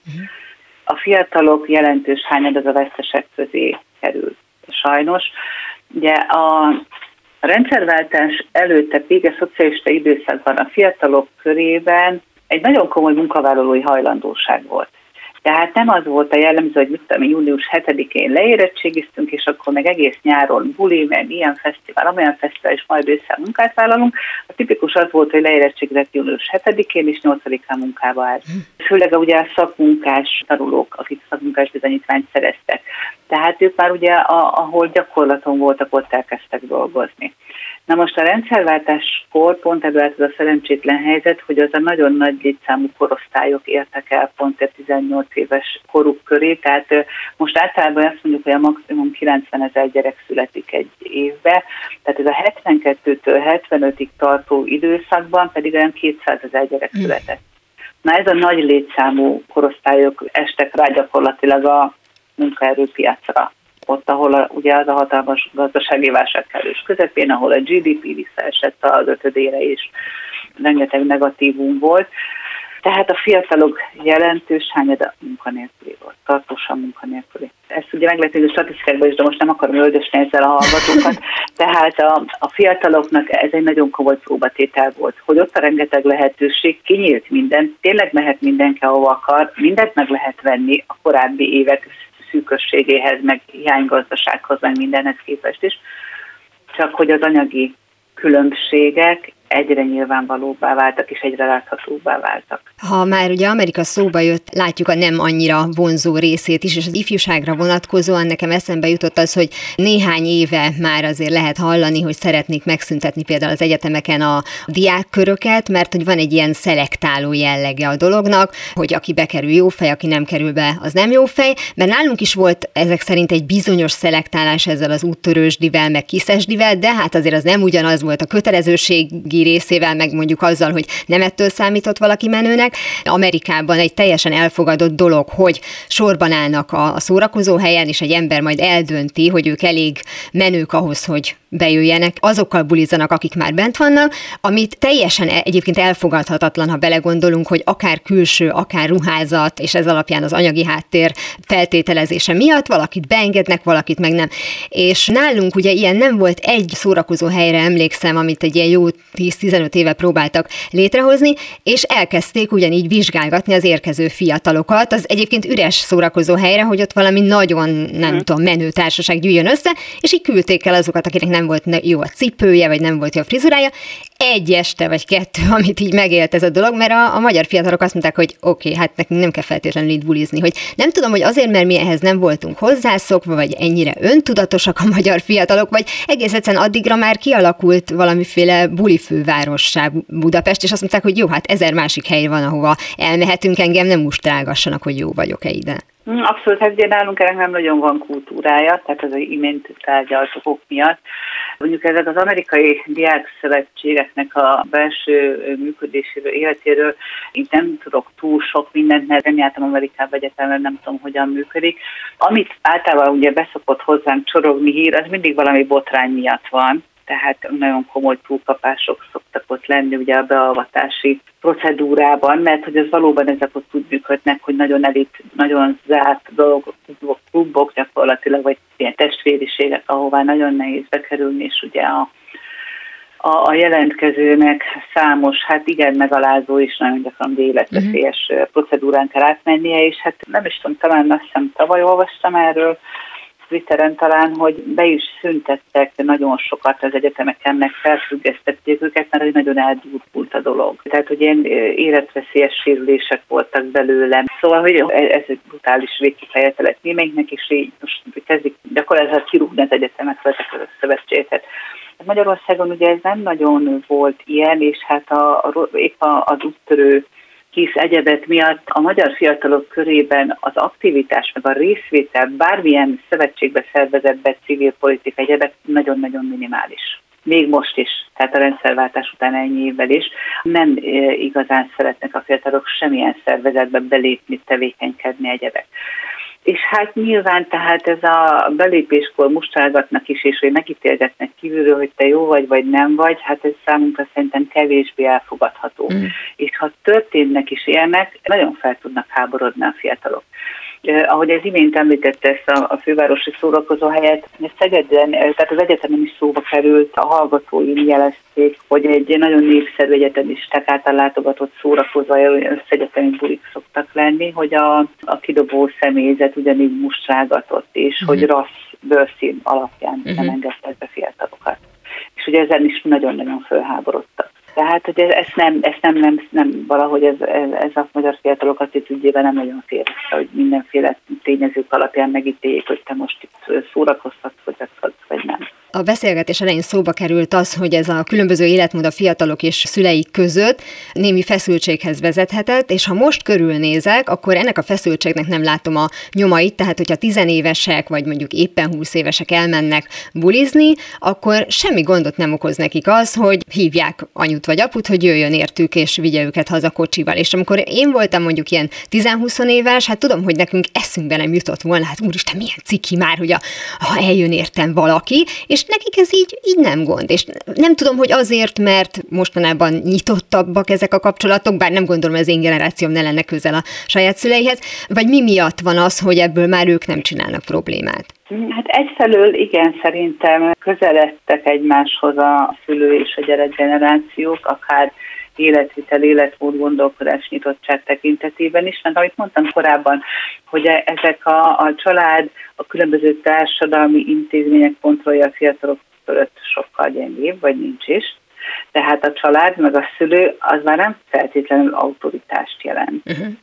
A fiatalok jelentős hányad az a vesztesek közé kerül. Sajnos. Ugye a rendszerváltás előtte, vége szocialista időszakban a fiatalok körében egy nagyon komoly munkavállalói hajlandóság volt. Tehát nem az volt a jellemző, hogy mit tudom, június 7-én leérettségiztünk, és akkor meg egész nyáron buli, meg ilyen fesztivál, amolyan fesztivál, és majd ősszel munkát vállalunk. A tipikus az volt, hogy leérettségizett június 7-én, és 8-án munkába állt. Főleg ugye a szakmunkás tanulók, akik szakmunkás bizonyítványt szereztek. Tehát ők már ugye, ahol gyakorlaton voltak, ott elkezdtek dolgozni. Na most a rendszerváltáskor pont ebből az a szerencsétlen helyzet, hogy az a nagyon nagy létszámú korosztályok értek el pont a 18 éves koruk köré, tehát most általában azt mondjuk, hogy a maximum 90 000 gyerek születik egy évbe, tehát ez a 72-től 75-ig tartó időszakban pedig olyan 200 000 gyerek született. Na ez a nagy létszámú korosztályok estek rá gyakorlatilag a munkaerőpiacra. Ott, ahol ugye az a hatalmas gazdasági válság kellős közepén, ahol a GDP visszaesett az 5-ére is, rengeteg negatívum volt. Tehát a fiatalok jelentős hányada munkanélküli volt, tartósan munkanélküli. Ezt ugye meg lehet nézni a statisztikákban is, de most nem akarom öldösni ezzel a hallgatókat. Tehát a fiataloknak ez egy nagyon komoly próbatétel volt, hogy ott a rengeteg lehetőség, kinyílt minden, tényleg mehet mindenki, ahova akar, mindent meg lehet venni a korábbi évek szűkösségéhez, meg hiánygazdasághoz, meg mindenhez képest is, csak hogy az anyagi különbségek egyre nyilvánvalóbbá váltak, és egyre láthatóbbá váltak. Ha már ugye Amerika szóba jött, látjuk a nem annyira vonzó részét is, és az ifjúságra vonatkozóan nekem eszembe jutott az, hogy néhány éve már azért lehet hallani, hogy szeretnék megszüntetni például az egyetemeken a diákköröket, mert hogy van egy ilyen szelektáló jellege a dolognak, hogy aki bekerül jó fej, aki nem kerül be, az nem jó fej, mert nálunk is volt ezek szerint egy bizonyos szelektálás ezzel az úttörősdivel, meg kiszesdivel, de hát azért az nem ugyanaz volt a kötelezőségi részével, meg mondjuk azzal, hogy nem ettől számított valaki menőnek. Amerikában egy teljesen elfogadott dolog, hogy sorban állnak a szórakozóhelyen, és egy ember majd eldönti, hogy ők elég menők ahhoz, hogy bejöjjenek, azokkal bulizzanak, akik már bent vannak, amit teljesen egyébként elfogadhatatlan, ha belegondolunk, hogy akár külső, akár ruházat, és ez alapján az anyagi háttér feltételezése miatt valakit beengednek, valakit meg nem. És nálunk ugye ilyen nem volt, egy szórakozó helyre emlékszem, amit egy ilyen jó 10-15 éve próbáltak létrehozni, és elkezdték ugyanígy vizsgálgatni az érkező fiatalokat, az egyébként üres szórakozó helyre, hogy ott valami nagyon, nem tudom, menő társaság gyűjjön össze, és így küldték el azokat, akinek nem volt jó a cipője, vagy nem volt jó a frizurája, egy este vagy kettő, amit így megélt ez a dolog, mert a magyar fiatalok azt mondták, hogy oké, hát nekünk nem kell feltétlenül itt bulizni, hogy nem tudom, hogy azért, mert mi ehhez nem voltunk hozzászokva, vagy ennyire öntudatosak a magyar fiatalok, vagy egész egyszerűen addigra már kialakult valamiféle bulifővárossá Budapest, és azt mondták, hogy jó, hát 1000 másik hely van, ahova elmehetünk, engem nem mustrálgassanak, hogy jó vagyok-e ide. Abszolút, hát ugye nálunk ennek nem nagyon van kultúrája, tehát az imént tárgyalt okok miatt. Mondjuk ezek az amerikai diákszövetségeknek a belső működéséről, életéről így nem tudok túl sok mindent, mert nem jártam Amerikába egyetemben, nem tudom, hogyan működik. Amit általában ugye beszokott hozzánk csorogni hír, az mindig valami botrány miatt van. Tehát nagyon komoly túlkapások szoktak ott lenni ugye a beavatási procedúrában, mert hogy az valóban ezek ott úgy működnek, hogy nagyon elit, nagyon zárt dolgok, klubok gyakorlatilag, vagy ilyen testvériségek, ahová nagyon nehéz bekerülni, és ugye a jelentkezőnek számos, hát igen, megalázó és nagyon gyakran életveszélyes procedúrán kell átmennie, és hát nem is tudom, talán azt hiszem tavaly olvastam erről, Twitteren talán, hogy be is szüntettek nagyon sokat az egyetemeken, meg felfüggesztették őket, mert nagyon eldurult a dolog. Tehát, hogy ilyen életveszélyes sérülések voltak belőle. Szóval, hogy ez egy brutális végkifejlete lett némelyiknek, és így most kezdik gyakorlatilag kirúgni az egyetemekről ezeket a szövetségeket. Magyarországon ugye ez nem nagyon volt ilyen, és hát épp az úttörő kis egyebet miatt a magyar fiatalok körében az aktivitás, meg a részvétel bármilyen szövetségbe, szervezetbe, civil politika egyebek nagyon-nagyon minimális. Még most is, tehát a rendszerváltás után ennyi évvel is, nem igazán szeretnek a fiatalok semmilyen szervezetbe belépni, tevékenykedni egyebek. És hát nyilván tehát ez a belépéskor mustálgatnak is, és hogy megítélgetnek kívülről, hogy te jó vagy nem vagy, hát ez számunkra szerintem kevésbé elfogadható. És ha történnek is ilyenek, nagyon fel tudnak háborodni a fiatalok. Ahogy az imént említette ezt a fővárosi szórakozóhelyet, Szegeden, tehát az egyetemen is szóba került, a hallgatóim jelezték, hogy egy nagyon népszerű egyetemisták által látogatott szórakozóhely, összegyetemi bulik szoktak lenni, hogy a kidobó személyzet ugyanígy mustrágatott, és hogy rassz, bőrszín alapján nem engedtek be fiatalokat. És ugye ezen is nagyon-nagyon fölháborodtak. Tehát, hogy ezt nem valahogy ez a magyar fiatalok attitűdjében nem nagyon fér, hogy mindenféle tényezők alapján megítéljék, hogy te most itt szórakoztatsz, vagy nem. A beszélgetés elején szóba került az, hogy ez a különböző életmód a fiatalok és szüleik között némi feszültséghez vezethetett, és ha most körülnézek, akkor ennek a feszültségnek nem látom a nyomait, tehát hogyha 10 évesek, vagy mondjuk éppen 20 évesek elmennek bulizni, akkor semmi gondot nem okoz nekik az, hogy hívják anyut vagy aput, hogy jöjjön értük, és vigye őket haza kocsival. És amikor én voltam mondjuk ilyen 10-20 éves, hát tudom, hogy nekünk eszünkbe nem jutott volna, hát úristen, milyen ciki már, hogy ha eljön értem valaki, és nekik ez így nem gond. És nem tudom, hogy azért, mert mostanában nyitottabbak ezek a kapcsolatok, bár nem gondolom, hogy az én generációm ne lenne közel a saját szüleihez, vagy mi miatt van az, hogy ebből már ők nem csinálnak problémát? Hát egyfelől igen, szerintem közeledtek egymáshoz a szülő és a gyerekgenerációk, akár életvitel, életmód, gondolkodás, nyitottság tekintetében is, mert amit mondtam korábban, hogy ezek a család, a különböző társadalmi intézmények kontrollja a fiatalok fölött sokkal gyengébb, vagy nincs is. Tehát a család, meg a szülő, az már nem feltétlenül autoritást jelent.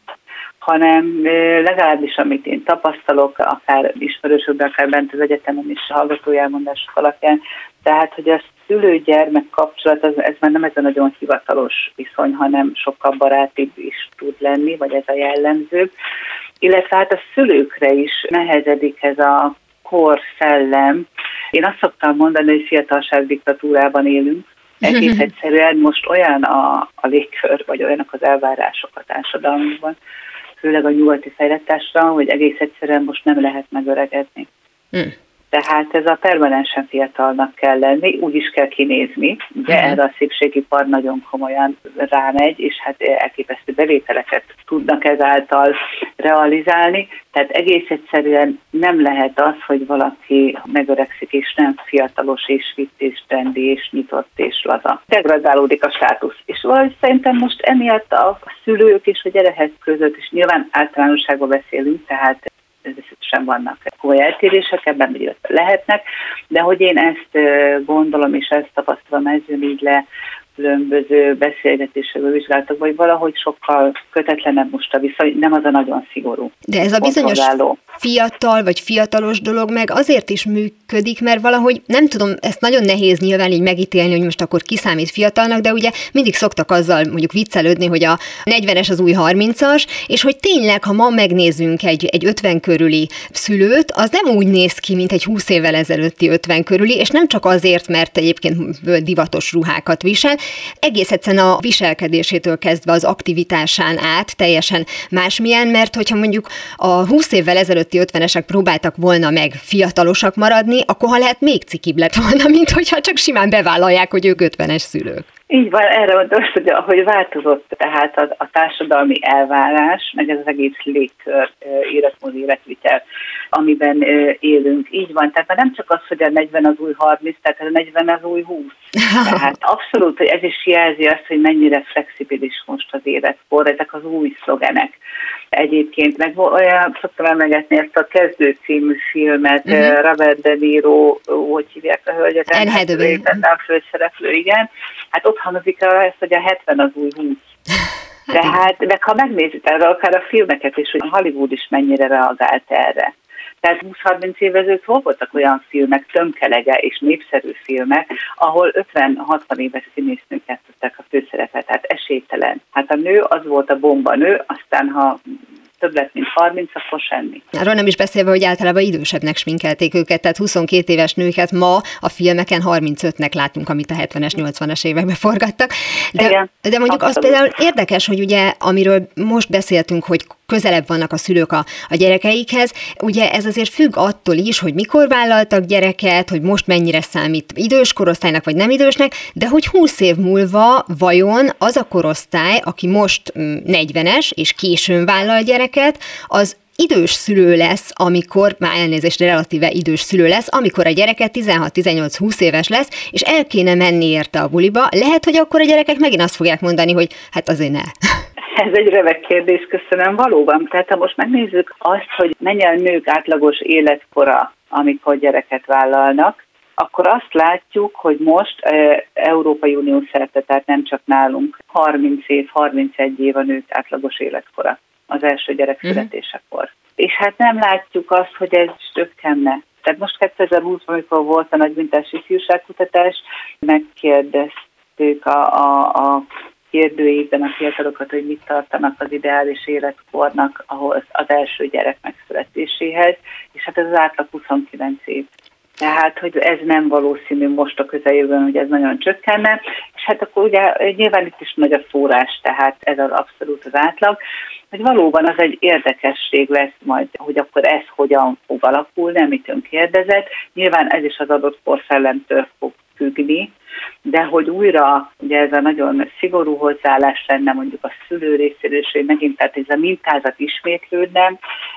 Hanem legalábbis amit én tapasztalok, akár ismerősökben, akár bent az egyetemen is hallgatójelmondások alapján, tehát, hogy a szülő-gyermek kapcsolat, ez már nem ez a nagyon hivatalos viszony, hanem sokkal barátibb is tud lenni, vagy ez a jellemző. Illetve hát a szülőkre is nehezedik ez a korszellem. Én azt szoktam mondani, hogy fiatalság diktatúrában élünk. Egész egyszerűen most olyan a légkör, vagy olyanok az elvárások a társadalmunkban, főleg a nyugati fejlett társadalom, hogy egész egyszerűen most nem lehet megöregedni. Tehát ez a permanensen fiatalnak kell lenni, úgy is kell kinézni. Ugye erre a szépségipar nagyon komolyan rámegy, és hát elképesztő bevételeket tudnak ezáltal realizálni. Tehát egész egyszerűen nem lehet az, hogy valaki megöregszik, és nem fiatalos, és fit, és trendi, és nyitott, és laza. Degradálódik a státusz. És valahogy szerintem most emiatt a szülők és a gyerekek között, és nyilván általánosságban beszélünk, tehát sem vannak komoly eltérések, ebben lehetnek, de hogy én ezt gondolom, és ezt tapasztalom, ez jön így le, különböző beszélgetésekből, vizsgálatokból, hogy valahogy sokkal kötetlenebb most a viszony, nem az a nagyon szigorú. De ez a bizonyos fiatal vagy fiatalos dolog meg azért is működik, mert valahogy nem tudom, ezt nagyon nehéz nyilván így megítélni, hogy most akkor ki számít fiatalnak, de ugye mindig szoktak azzal mondjuk viccelődni, hogy a 40-es az új 30-as, és hogy tényleg, ha ma megnézzünk egy 50 körüli szülőt, az nem úgy néz ki, mint egy 20 évvel ezelőtti 50 körüli, és nem csak azért, mert egyébként divatos ruhákat visel, egész egyszerűen a viselkedésétől kezdve az aktivitásán át teljesen másmilyen, mert hogyha mondjuk a 20 évvel ezelőtti 50-esek próbáltak volna meg fiatalosak maradni, akkor ha lehet még cikibb lett volna, mint hogyha csak simán bevállalják, hogy ők 50-es szülők. Így van, erre mondom, hogy változott tehát a társadalmi elvárás, meg ez az egész légkör, életmód, életvitel, amiben élünk. Így van, tehát már nem csak az, hogy a 40 az új 30, tehát a 40 az új 20. Tehát abszolút, hogy ez is jelzi azt, hogy mennyire flexibilis most az életkor, ezek az új szlogenek. Egyébként meg olyan, szoktam emlegetni ezt a Kezdő című filmet, Robert De Niro, hogy hívják a hölgyet? Anne Hathaway. A főszereplő, igen. Hát ott hangzik el ezt, hogy a 70 az új 20. Tehát, meg ha megnézzük erre akár a filmeket is, hogy a Hollywood is mennyire reagált erre. Tehát 20-30 évvel ezelőtt hol voltak olyan filmek, tömkelege és népszerű filmek, ahol 50-60 éves színésznők játszották a főszerepet, tehát esélytelen. Hát a nő az volt a bomba nő, aztán ha több lett, mint 30, akkor semmi. Arról nem is beszélve, hogy általában idősebbnek sminkelték őket, tehát 22 éves nőket ma a filmeken 35-nek látunk, amit a 70-es, 80-as években forgattak. De mondjuk az például érdekes, hogy ugye, amiről most beszéltünk, hogy közelebb vannak a szülők a gyerekeikhez, ugye ez azért függ attól is, hogy mikor vállaltak gyereket, hogy most mennyire számít idős korosztálynak, vagy nem idősnek, de hogy 20 év múlva vajon az a korosztály, aki most 40-es, és későn vállal gyereket, az idős szülő lesz, amikor, már elnézést, relatíve idős szülő lesz, amikor a gyereke 16-18-20 éves lesz, és el kéne menni érte a buliba, lehet, hogy akkor a gyerekek megint azt fogják mondani, hogy hát azért ne. Ez egy remek kérdés, köszönöm. Valóban, tehát ha most megnézzük azt, hogy mennyi a nők átlagos életkora, amikor gyereket vállalnak, akkor azt látjuk, hogy most Európai Unió szerte, tehát nem csak nálunk, 30 év, 31 év a nők átlagos életkora az első gyerek születésekor. És hát nem látjuk azt, hogy ez csökkenne. Tehát most 2020-ban, amikor volt a nagymintás ifjúságkutatás, megkérdeztük a kérdőívben a fiatalokat, hogy mit tartanak az ideális életkornak ahhoz az első gyerek megszületéséhez, és hát ez az átlag 29 év. Tehát, hogy ez nem valószínű most a közeljövőben, hogy ez nagyon csökkenne, és hát akkor ugye nyilván itt is nagy a szórás, tehát ez az abszolút az átlag, hogy valóban az egy érdekesség lesz majd, hogy akkor ez hogyan fog alakulni, amit ön kérdezett. Nyilván ez is az adott korszellemtől fog függni, de hogy újra ugye ez a nagyon szigorú hozzáállás lenne mondjuk a szülő részéről, hogy megint tehát ez a mintázat ismétlődne,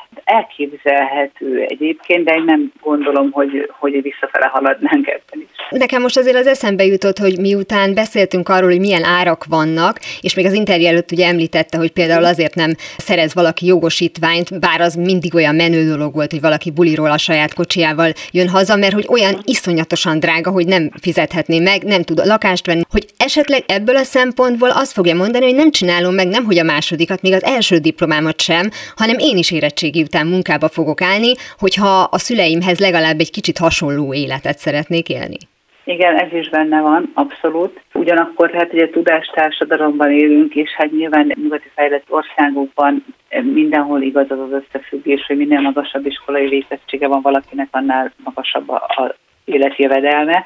elképzelhető egyébként, de én nem gondolom, hogy visszafele haladnánk ebben is. Nekem most azért az eszembe jutott, hogy miután beszéltünk arról, hogy milyen árak vannak, és még az interjú előtt ugye említette, hogy például azért nem szerez valaki jogosítványt, bár az mindig olyan menő dolog volt, hogy valaki buliról a saját kocsijával jön haza, mert hogy olyan iszonyatosan drága, hogy nem fizethetné meg, nem tud lakást venni, hogy esetleg ebből a szempontból azt fogja mondani, hogy nem csinálom meg nem hogy a másodikat, még az első diplomámat sem, hanem én is érettségi után munkába fogok állni, hogyha a szüleimhez legalább egy kicsit hasonló életet szeretnék élni. Igen, ez is benne van, abszolút. Ugyanakkor hát ugye tudástársadalomban élünk, és hát nyilván nyugati fejlett országokban mindenhol igaz az az összefüggés, hogy minél magasabb iskolai végzettsége van valakinek, annál magasabb a életjövedelme.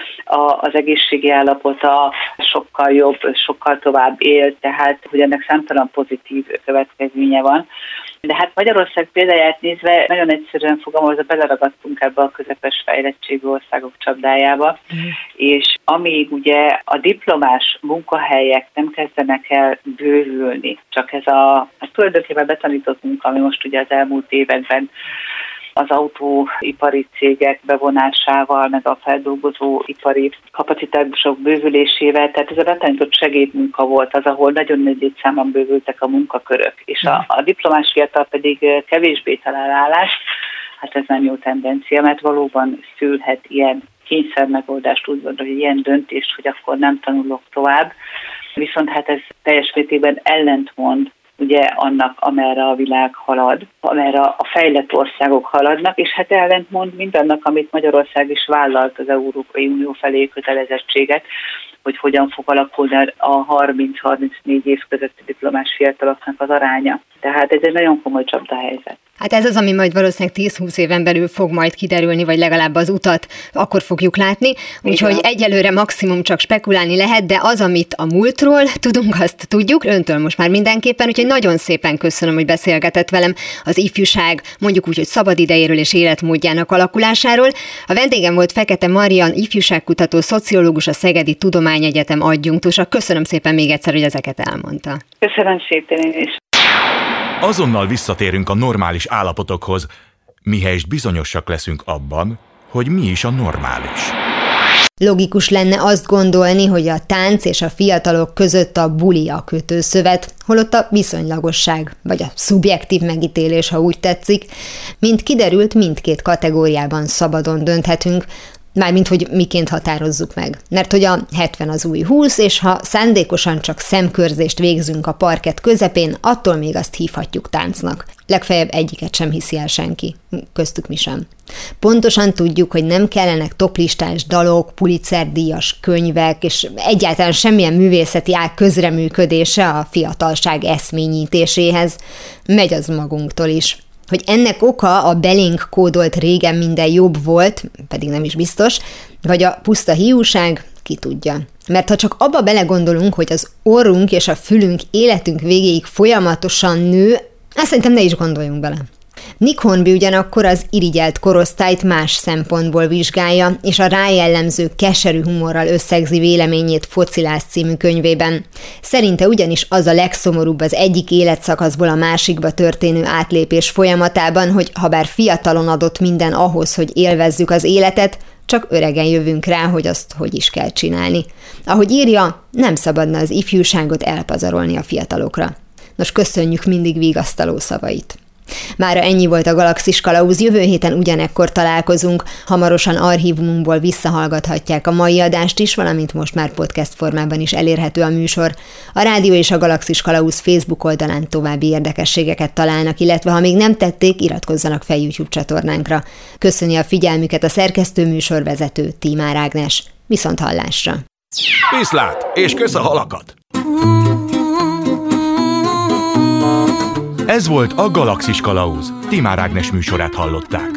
Az egészségi állapota sokkal jobb, sokkal tovább él, tehát hogy ennek számtalan pozitív következménye van. De hát Magyarország példáját nézve nagyon egyszerűen fogalmazva beleragadtunk ebbe a közepes fejlettségű országok csapdájába, és amíg ugye a diplomás munkahelyek nem kezdenek el bővülni, csak ez a tulajdonképpen betanított munka, ami most ugye az elmúlt években az autóipari cégek bevonásával, meg a feldolgozó ipari kapacitások bővülésével, tehát ez a betanított segédmunka volt az, ahol nagyon nagy létszámban bővültek a munkakörök, és a diplomás fiatal pedig kevésbé talál állást, hát ez nem jó tendencia, mert valóban szülhet ilyen kényszermegoldást úgy gondolja, hogy ilyen döntést, hogy akkor nem tanulok tovább. Viszont hát ez teljes mértékben ellentmond ugye annak, amerre a világ halad, amerre a fejlett országok haladnak, és hát ellentmond mindannak, amit Magyarország is vállalt az Európai Unió felé kötelezettséget, hogy hogyan fog alakulni a 30-34 év közötti diplomás fiataloknak az aránya. Tehát ez egy nagyon komoly csapdahelyzet. Hát ez az, ami majd valószínűleg 10-20 éven belül fog majd kiderülni, vagy legalább az utat akkor fogjuk látni. Úgyhogy egyelőre maximum csak spekulálni lehet, de az, amit a múltról tudunk, azt tudjuk, öntől most már mindenképpen, úgyhogy nagyon szépen köszönöm, hogy beszélgetett velem az ifjúság, mondjuk úgy, hogy szabadidejéről és életmódjának alakulásáról. A vendégem volt Fekete Marian, ifjúságkutató, szociológus, a Szegedi Tudományegyetem adjunktusa. Köszönöm szépen még egyszer, hogy ezeket elmondta. Köszönöm szépen én is. Azonnal visszatérünk a normális állapotokhoz, mihelyest bizonyosak leszünk abban, hogy mi is a normális. Logikus lenne azt gondolni, hogy a tánc és a fiatalok között a buli a kötőszövet, holott a viszonylagosság, vagy a szubjektív megítélés, ha úgy tetszik. Mint kiderült, mindkét kategóriában szabadon dönthetünk, mármint, hogy miként határozzuk meg. Mert hogy a 70 az új 20, és ha szándékosan csak szemkörzést végzünk a parkett közepén, attól még azt hívhatjuk táncnak. Legfeljebb egyiket sem hiszi el senki, köztük mi sem. Pontosan tudjuk, hogy nem kellenek toplistás dalok, Pulitzer-díjas könyvek, és egyáltalán semmilyen művészeti ág közreműködése a fiatalság eszményítéséhez. Megy az magunktól is. Hogy ennek oka a belénk kódolt régen minden jobb volt, pedig nem is biztos, vagy a puszta hiúság, ki tudja. Mert ha csak abba belegondolunk, hogy az orrunk és a fülünk életünk végéig folyamatosan nő, azt szerintem ne is gondoljunk bele. Nick Hornby ugyanakkor az irigyelt korosztályt más szempontból vizsgálja, és a rájellemző keserű humorral összegzi véleményét Focilás című könyvében. Szerinte ugyanis az a legszomorúbb az egyik életszakaszból a másikba történő átlépés folyamatában, hogy habár fiatalon adott minden ahhoz, hogy élvezzük az életet, csak öregen jövünk rá, hogy azt hogy is kell csinálni. Ahogy írja, nem szabadna az ifjúságot elpazarolni a fiatalokra. Nos, köszönjük mindig vigasztaló szavait. Mára ennyi volt a Galaxis Kalauz, jövő héten ugyanekkor találkozunk, hamarosan archívumunkból visszahallgathatják a mai adást is, valamint most már podcast formában is elérhető a műsor. A Rádió és a Galaxis Kalauz Facebook oldalán további érdekességeket találnak, illetve ha még nem tették, iratkozzanak fel YouTube csatornánkra. Köszöni a figyelmüket a szerkesztő műsorvezető Tímár Ágnes. Viszont hallásra! Viszlát, és kösz a halakat! Ez volt a Galaxis Kalauz. Tímár Ágnes műsorát hallották.